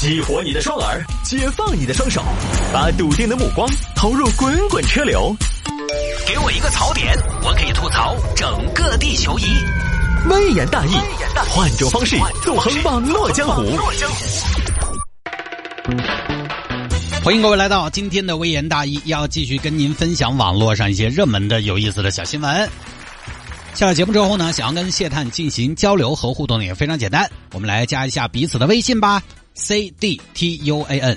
激活你的双耳，解放你的双手，把笃定的目光投入滚滚车流。给我一个槽点，我可以吐槽整个地球仪。微言大义，换种方式纵横网络江湖。 欢迎各位来到今天的微言大义，要继续跟您分享网络上一些热门的有意思的小新闻。下了节目之后呢，想要跟谢探进行交流和互动也非常简单，我们来加一下彼此的微信吧， CDTUAN，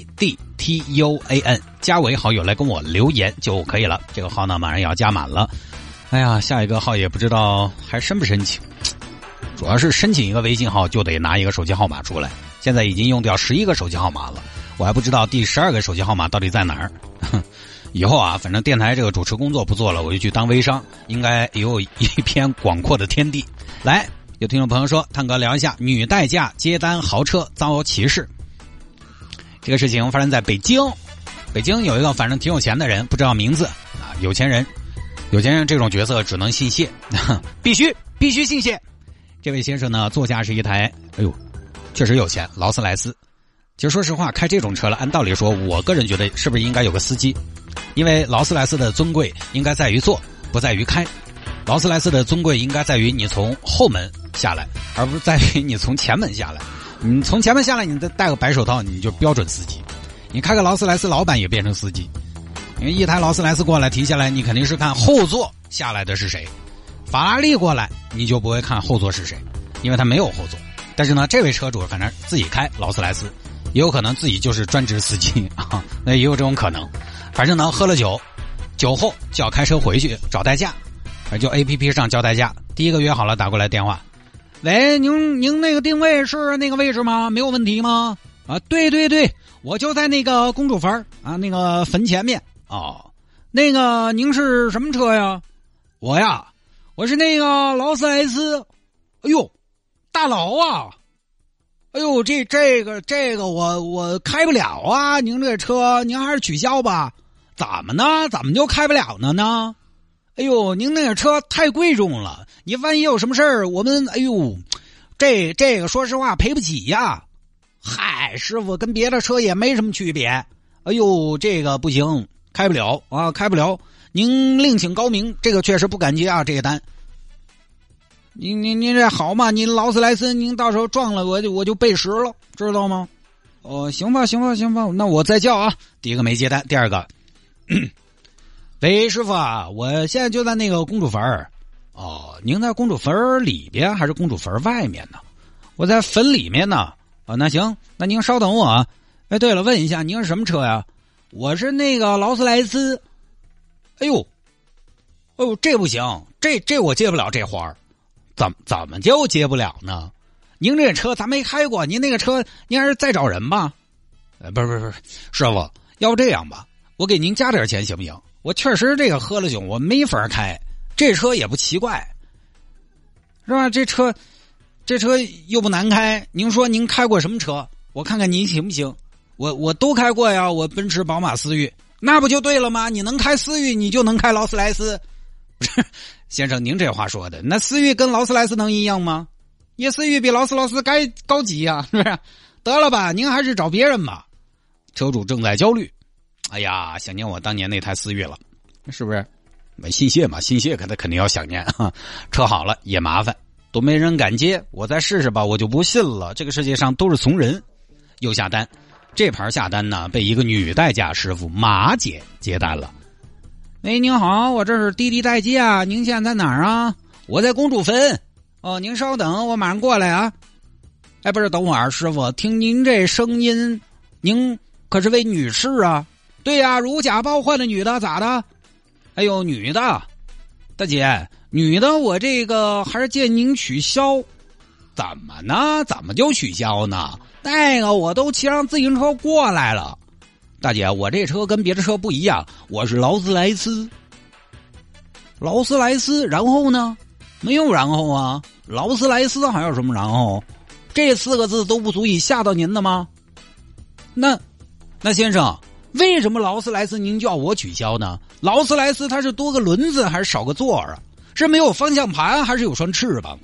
加为好友来跟我留言就可以了。这个号呢马上也要加满了，哎呀，下一个号也不知道还申不申请，主要是申请一个微信号就得拿一个手机号码出来，现在已经用掉11个手机号码了，我还不知道第12个手机号码到底在哪儿。以后啊，反正电台这个主持工作不做了，我就去当微商，应该也有一片广阔的天地。来，有听众朋友说，探哥聊一下女代驾接单豪车遭歧视。这个事情发生在北京，北京有一个反正挺有钱的人，不知道名字啊，有钱人这种角色只能姓谢，必须姓谢。这位先生呢，座驾是一台，哎呦，确实有钱，劳斯莱斯。其实说实话，开这种车了，按道理说，我个人觉得是不是应该有个司机？因为劳斯莱斯的尊贵应该在于坐，不在于开。劳斯莱斯的尊贵应该在于你从后门下来，而不是在于你从前门下来。你从前门下来，你再戴个白手套，你就标准司机。你开个劳斯莱斯，老板也变成司机。因为一台劳斯莱斯过来停下来，你肯定是看后座下来的是谁。法拉利过来，你就不会看后座是谁，因为他没有后座。但是呢，这位车主反正自己开劳斯莱斯，也有可能自己就是专职司机啊，那也有这种可能。反正呢，喝了酒，酒后就要开车回去找代驾，就 APP 上叫代驾。第一个约好了，打过来电话，喂，您那个定位是那个位置吗？没有问题吗？啊，对，我就在那个公主坟啊，那个坟前面。哦，那个您是什么车呀？我是那个劳斯莱斯。哎呦，大佬啊！哎呦，这个我开不了啊！您这车您还是取消吧。怎么呢？怎么就开不了呢？哎呦，您那个车太贵重了，你万一有什么事儿，我们哎呦，这个说实话赔不起呀。嗨，师傅跟别的车也没什么区别。哎呦，这个不行，开不了啊，开不了。您另请高明，这个确实不敢接啊，这个单。您这好嘛？您劳斯莱斯，您到时候撞了我就背时了，知道吗？哦，行吧，那我再叫啊。第一个没接单，第二个，喂，师傅啊，我现在就在那个公主坟儿。哦，您在公主坟儿里边还是公主坟儿外面呢？我在坟里面呢。哦，那行，那您稍等我啊。哎，对了，问一下，您是什么车呀？我是那个劳斯莱斯。哎呦，这不行，这我接不了这花儿。怎么就接不了呢？您这车咱没开过，您那个车您还是再找人吧。不是，师傅，要不这样吧，我给您加点钱行不行？我确实这个喝了酒，我没法开，这车也不奇怪，是吧？这车又不难开，您说您开过什么车？我看看您行不行？我都开过呀，我奔驰、宝马、思域，那不就对了吗？你能开思域，你就能开劳斯莱斯。先生，您这话说的，那思域跟劳斯莱斯能一样吗？也思域比劳斯莱斯该高级啊，是不是？得了吧，您还是找别人吧。车主正在焦虑，哎呀，想念我当年那台思域了，是不是？姓谢嘛，姓谢他肯定要想念啊。车好了也麻烦，都没人敢接，我再试试吧，我就不信了，这个世界上都是怂人。又下单，这盘下单呢，被一个女代驾师傅马姐接单了。喂，您好，我这是滴滴代驾，您现在在哪儿啊？我在公主坟。哦，您稍等，我马上过来啊。哎，不是，等会儿，师傅，听您这声音，您可是位女士啊？对呀，如假包换的女的，咋的？哎呦，女的，大姐，女的，我这个还是建议您取消。怎么呢？怎么就取消呢？那个我都骑上自行车过来了。大姐，我这车跟别的车不一样，我是劳斯莱斯。劳斯莱斯，然后呢？没有然后啊。劳斯莱斯还有什么然后？这4个字都不足以吓到您的吗？那先生，为什么劳斯莱斯您就要我取消呢？劳斯莱斯它是多个轮子还是少个座儿啊？是没有方向盘还是有双翅膀啊？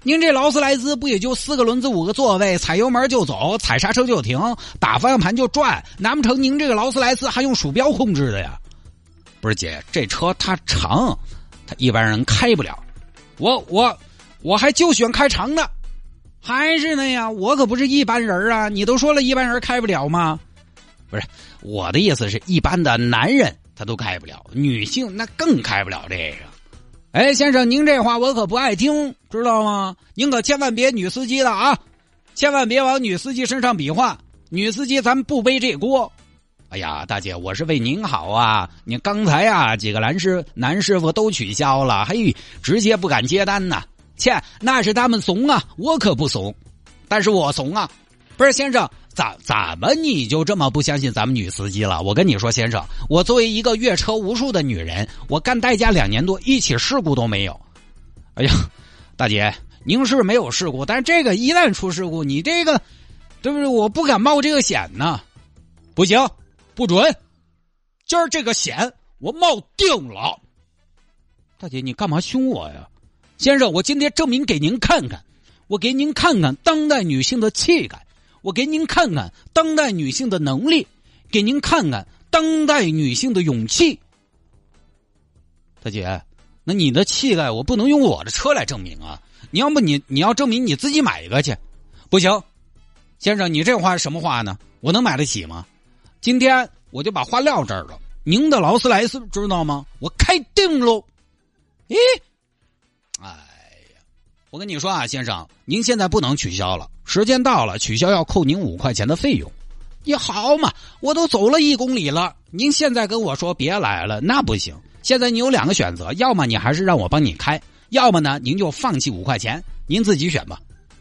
您这劳斯莱斯不也就4个轮子5个座位，踩油门就走，踩刹车就停，打方向盘就转，难不成您这个劳斯莱斯还用鼠标控制的呀？不是姐，这车它长，它一般人开不了。我还就喜欢开长的。还是那样，我可不是一般人啊！你都说了一般人开不了吗？不是，我的意思是一般的男人他都开不了，女性那更开不了这个。哎，先生，您这话我可不爱听，知道吗？您可千万别女司机了啊！千万别往女司机身上比划，女司机咱不背这锅。哎呀，大姐，我是为您好啊！你刚才啊几个男师傅都取消了，嘿，直接不敢接单呐。切，那是他们怂啊，我可不怂，但是我怂啊！不是先生，怎么你就这么不相信咱们女司机了？我跟你说，先生，我作为一个越车无数的女人，我干代驾2年多，一起事故都没有。哎呀，大姐，您是没有事故，但是这个一旦出事故，你这个，对不对？我不敢冒这个险呢。不行，不准！今儿这个险我冒定了。大姐，你干嘛凶我呀？先生，我今天证明给您看看，我给您看看当代女性的气概，我给您看看当代女性的能力，给您看看当代女性的勇气。大姐，那你的气概我不能用我的车来证明啊！你要不你要证明你自己买一个去。不行，先生，你这话是什么话呢？我能买得起吗？今天我就把话撂这儿了，您的劳斯莱斯知道吗？我开定喽。咦，哎呀，我跟你说啊，先生，您现在不能取消了，时间到了，取消要扣您5块钱的费用。也好嘛，我都走了1公里了，您现在跟我说别来了，那不行。现在你有2个选择，要么你还是让我帮你开，要么呢您就放弃5块钱，您自己选吧。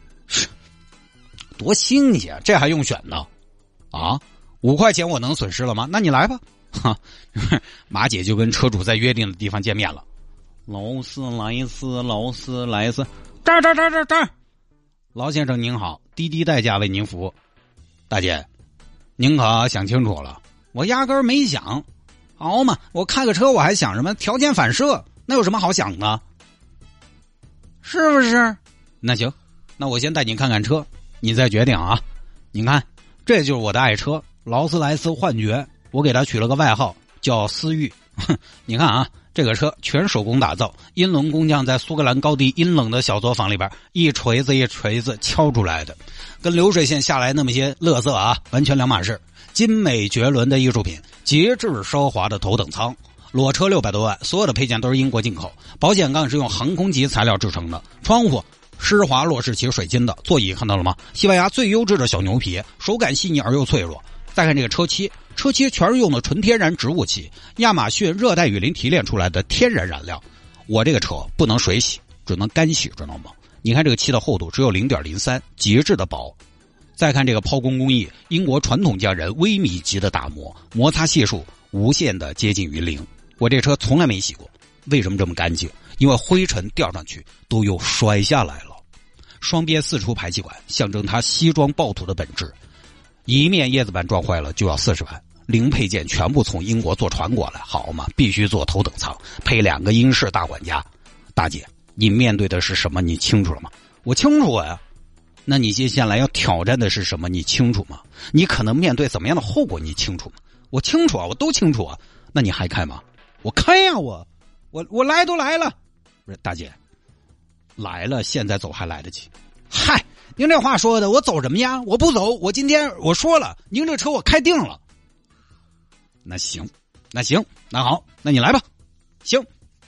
多新鲜，这还用选呢？啊，5块钱我能损失了吗？那你来吧。哈，马姐就跟车主在约定的地方见面了。劳斯莱斯，劳斯莱斯，这儿，劳先生您好，滴滴代驾为您服务。大姐，您可想清楚了，我压根儿没想。好嘛，我开个车我还想什么条件反射，那有什么好想的？是不是？那行，那我先带您看看车，你再决定啊。你看，这就是我的爱车劳斯莱斯幻觉，我给它取了个外号叫思域。你看啊，这个车全手工打造，英伦工匠在苏格兰高地阴冷的小作坊里边一锤子一锤子敲出来的，跟流水线下来那么些垃圾啊完全两码事。精美绝伦的艺术品，极致奢华的头等舱，裸车600多万，所有的配件都是英国进口，保险杠是用航空级材料制成的，窗户施华洛世奇水晶的，座椅看到了吗？西班牙最优质的小牛皮，手感细腻而又脆弱。再看这个车漆全是用的纯天然植物漆，亚马逊热带雨林提炼出来的天然染料。我这个车不能水洗，只能干洗，知道吗？你看这个漆的厚度只有 0.03， 极致的薄。再看这个抛工工艺，英国传统匠人微米级的打磨，摩擦系数无限的接近于0。我这车从来没洗过，为什么这么干净？因为灰尘掉上去都又摔下来了。双边4出排气管象征它西装暴徒的本质。一面叶子板撞坏了就要40万，零配件全部从英国坐船过来，好嘛，必须坐头等舱，配2个英式大管家。大姐，你面对的是什么？你清楚了吗？我清楚呀。那你接下来要挑战的是什么？你清楚吗？你可能面对怎么样的后果？你清楚吗？我清楚啊，我都清楚啊。那你还开吗？我开呀，我来都来了。不是大姐，来了现在走还来得及。嗨，您这话说的，我走什么呀？我不走，我今天我说了，您这车我开定了。那行，那好，那你来吧。行。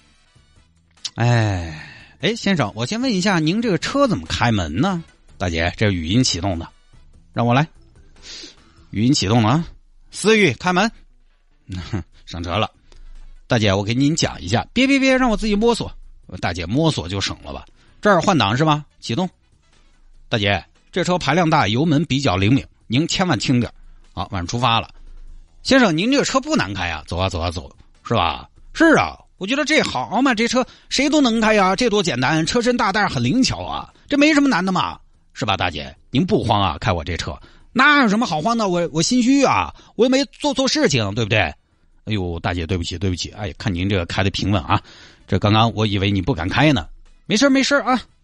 哎，先生，我先问一下，您这个车怎么开门呢？大姐，这是语音启动的，让我来。语音启动了啊，思域开门。上车了。大姐，我给您讲一下，别，让我自己摸索。大姐摸索就省了吧。这儿换挡是吧？启动。大姐，这车排量大，油门比较灵敏，您千万轻点。好，晚上出发了。先生，您这个车不难开啊，走啊，是吧？是啊，我觉得这好嘛，这车谁都能开呀，这多简单，车身大但是很灵巧啊，这没什么难的嘛，是吧？大姐，您不慌啊，开我这车，那有什么好慌的？我心虚啊，我又没做错事情，对不对？哎呦，大姐，对不起，哎，看您这个开的平稳啊，这刚刚我以为你不敢开呢，没事啊。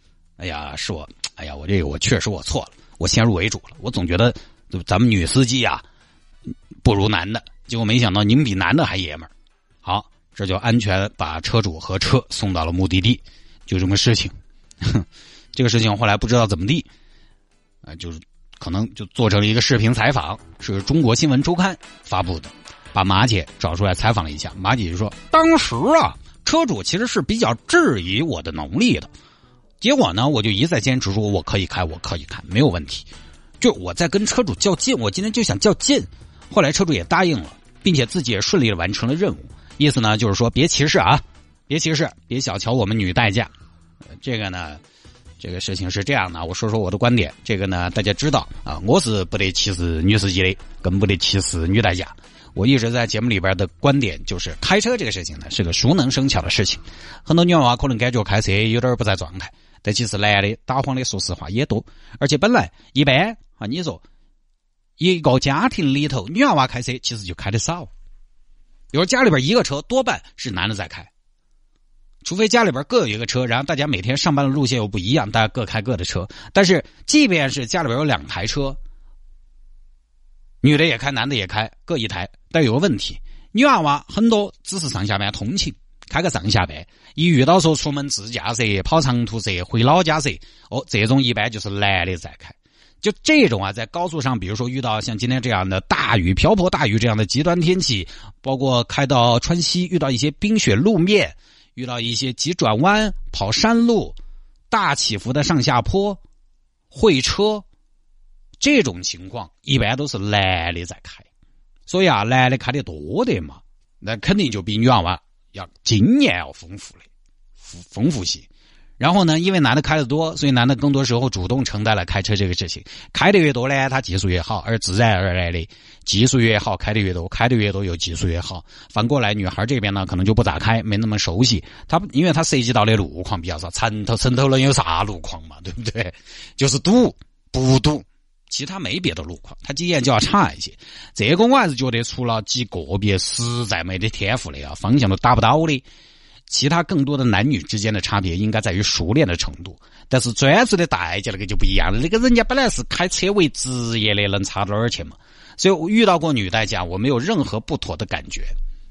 哎呀，是我，哎呀，我确实我错了，我先入为主了，我总觉得咱们女司机啊不如男的，结果没想到您比男的还爷们儿。好，这就安全把车主和车送到了目的地，就这么事情。这个事情后来不知道怎么地，就是可能就做成了一个视频采访，是中国新闻周刊发布的，把马姐找出来采访了一下。马姐就说，当时啊，车主其实是比较质疑我的能力的，结果呢，我就一再坚持说我可以开，没有问题。就我在跟车主较劲，我今天就想较劲，后来车主也答应了，并且自己也顺利的完成了任务。意思呢，就是说别歧视啊，别歧视，别小瞧我们女代驾。这个呢，这个事情是这样的，我说说我的观点。这个呢，大家知道啊，我是不得歧视女司机的，更不得歧视女代驾。我一直在节目里边的观点就是，开车这个事情呢是个熟能生巧的事情。很多女娃娃可能感觉开车有点不在状态，但其实男的打谎的说实话也多，而且本来一般啊，你说一个家庭里头女娃娃开车其实就开的少，比如家里边一个车多半是男的在开，除非家里边各有一个车，然后大家每天上班的路线又不一样，大家各开各的车。但是即便是家里边有2台车，女的也开男的也开，各一台，但有个问题，女娃娃很多只是上下班通勤，开个上下班，一遇到说出门自驾车跑长途车回老家车，这种一般就是男的在开。就这种啊，在高速上，比如说遇到像今天这样的大雨、瓢泼大雨这样的极端天气，包括开到川西遇到一些冰雪路面，遇到一些急转弯、跑山路、大起伏的上下坡、会车，这种情况一般都是男的在开。所以啊，男的开的多的嘛，那肯定就比女娃娃要经验要丰富些。然后呢，因为男的开得多，所以男的更多时候主动承担了开车这个事情。开得越多呢，他技术越好，而自然而然的技术越好，开得越多，开得越多又技术越好。反过来，女孩这边呢，可能就不咋开，没那么熟悉。因为他涉及到的路况比较少，城头能有啥路况嘛，对不对？就是堵不堵，其他没别的路况，他经验就要差一些。这个我还是觉得，除了极个别实在没得天赋的啊，方向都打不到的。其他更多的男女之间的差别应该在于熟练的程度，但是专职的代驾那个就不一样了，那个人家本来是开车为职业的，能差到哪儿去嘛？所以我遇到过女代驾，我没有任何不妥的感觉。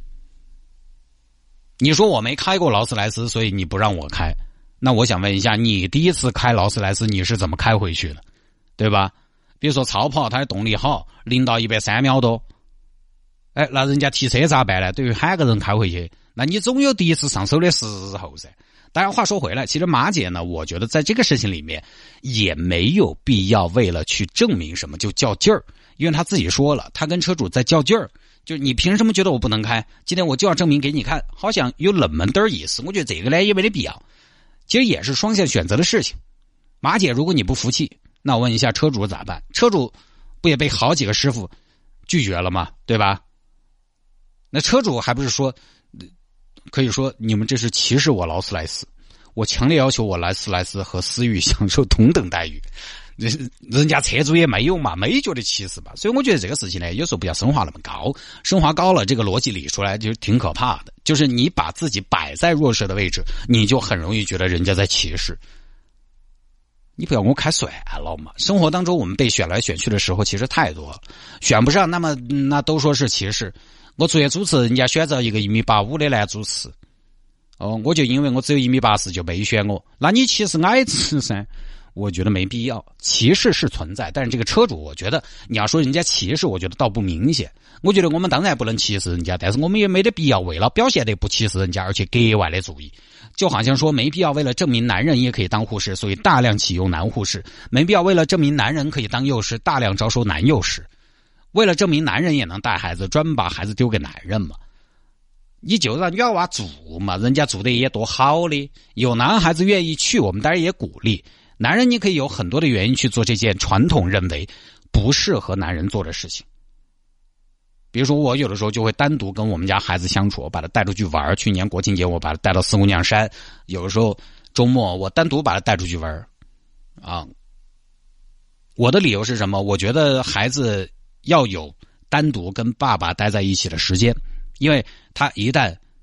你说我没开过劳斯莱斯，所以你不让我开，那我想问一下，你第一次开劳斯莱斯你是怎么开回去的，对吧？比如说超跑它的动力好，0到130秒多，那人家提车咋办呢？对于喊个人开回去，那你总有第一次上手的时候噻。当然话说回来，其实马姐呢，我觉得在这个事情里面也没有必要为了去证明什么就较劲儿，因为她自己说了，她跟车主在较劲儿，就是你凭什么觉得我不能开？今天我就要证明给你看，好像有那么点意思。我觉得这个呢也没得必要，其实也是双向选择的事情。马姐，如果你不服气，那我问一下车主咋办？车主不也被好几个师傅拒绝了吗？对吧？那车主还不是说，可以说你们这是歧视我劳斯莱斯，我强烈要求我劳斯莱斯和思域享受同等待遇。人家车主也没有嘛，没觉得歧视吧。所以我觉得这个事情呢，有时候不要升华那么高，升华高了这个逻辑理出来就挺可怕的。就是你把自己摆在弱势的位置，你就很容易觉得人家在歧视。你不要我开算了嘛！生活当中我们被选来选去的时候其实太多了，选不上那都说是歧视。我出去主持，人家选择一个1.85米的男主持，我就因为我只有1.84米就没选我，那你歧视矮子噻？我觉得没必要，歧视是存在，但是这个车主，我觉得你要说人家歧视，我觉得倒不明显。我觉得我们当然不能歧视人家，但是我们也没得必要为了表现得不歧视人家，而且格外的注意。就好像说没必要为了证明男人也可以当护士，所以大量启用男护士；没必要为了证明男人可以当幼师，大量招收男幼师。为了证明男人也能带孩子，专门把孩子丢给男人嘛？你就让女娃住嘛，人家住的也多好的，有男孩子愿意去，我们当然也鼓励。男人你可以有很多的原因去做这件传统认为不适合男人做的事情。比如说我有的时候就会单独跟我们家孩子相处，我把他带出去玩，去年国庆节我把他带到四姑娘山，有的时候周末我单独把他带出去玩啊。我的理由是什么？我觉得孩子要有单独跟爸爸待在一起的时间，因为他一旦比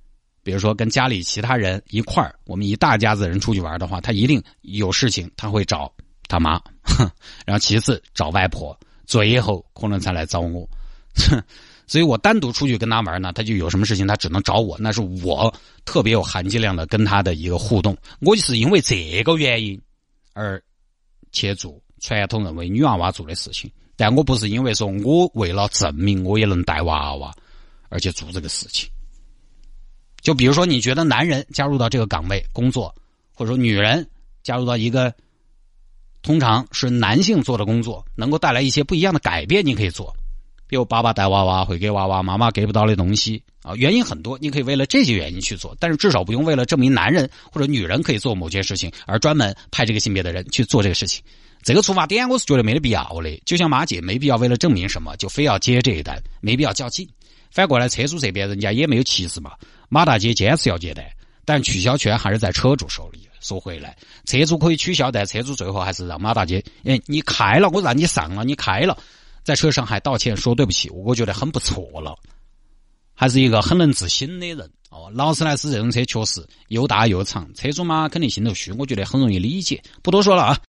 比如说跟家里其他人一块儿，我们一大家子人出去玩的话，他一定有事情他会找他妈，然后其次找外婆，最后可能才来找我。所以我单独出去跟他玩呢，他就有什么事情他只能找我，那是我特别有含金量的跟他的一个互动。我就是因为这个原因而去做传统认为女娃娃做的事情，但我不是因为说我为了证明我也能带娃娃而且做这个事情。就比如说你觉得男人加入到这个岗位工作，或者说女人加入到一个通常是男性做的工作，能够带来一些不一样的改变，你可以做。比如爸爸带娃娃会给娃娃妈妈给不到的东西啊，原因很多，你可以为了这些原因去做，但是至少不用为了证明男人或者女人可以做某件事情而专门派这个性别的人去做这个事情。这个出发点我是觉得没得必要的，就像马姐没必要为了证明什么就非要接这一单，没必要较劲。反过来车主这边人家也没有歧视嘛，马大姐坚持要接单，但取消权还是在车主手里。说回来，车主可以取消，但车主最后还是让马大姐，你开了，我让你上了，你开了，在车上还道歉说对不起，我觉得很不错了，还是一个很能自省的人哦。劳斯莱斯这种车确实又大又长，车主嘛肯定心头虚，我觉得很容易理解，不多说了啊。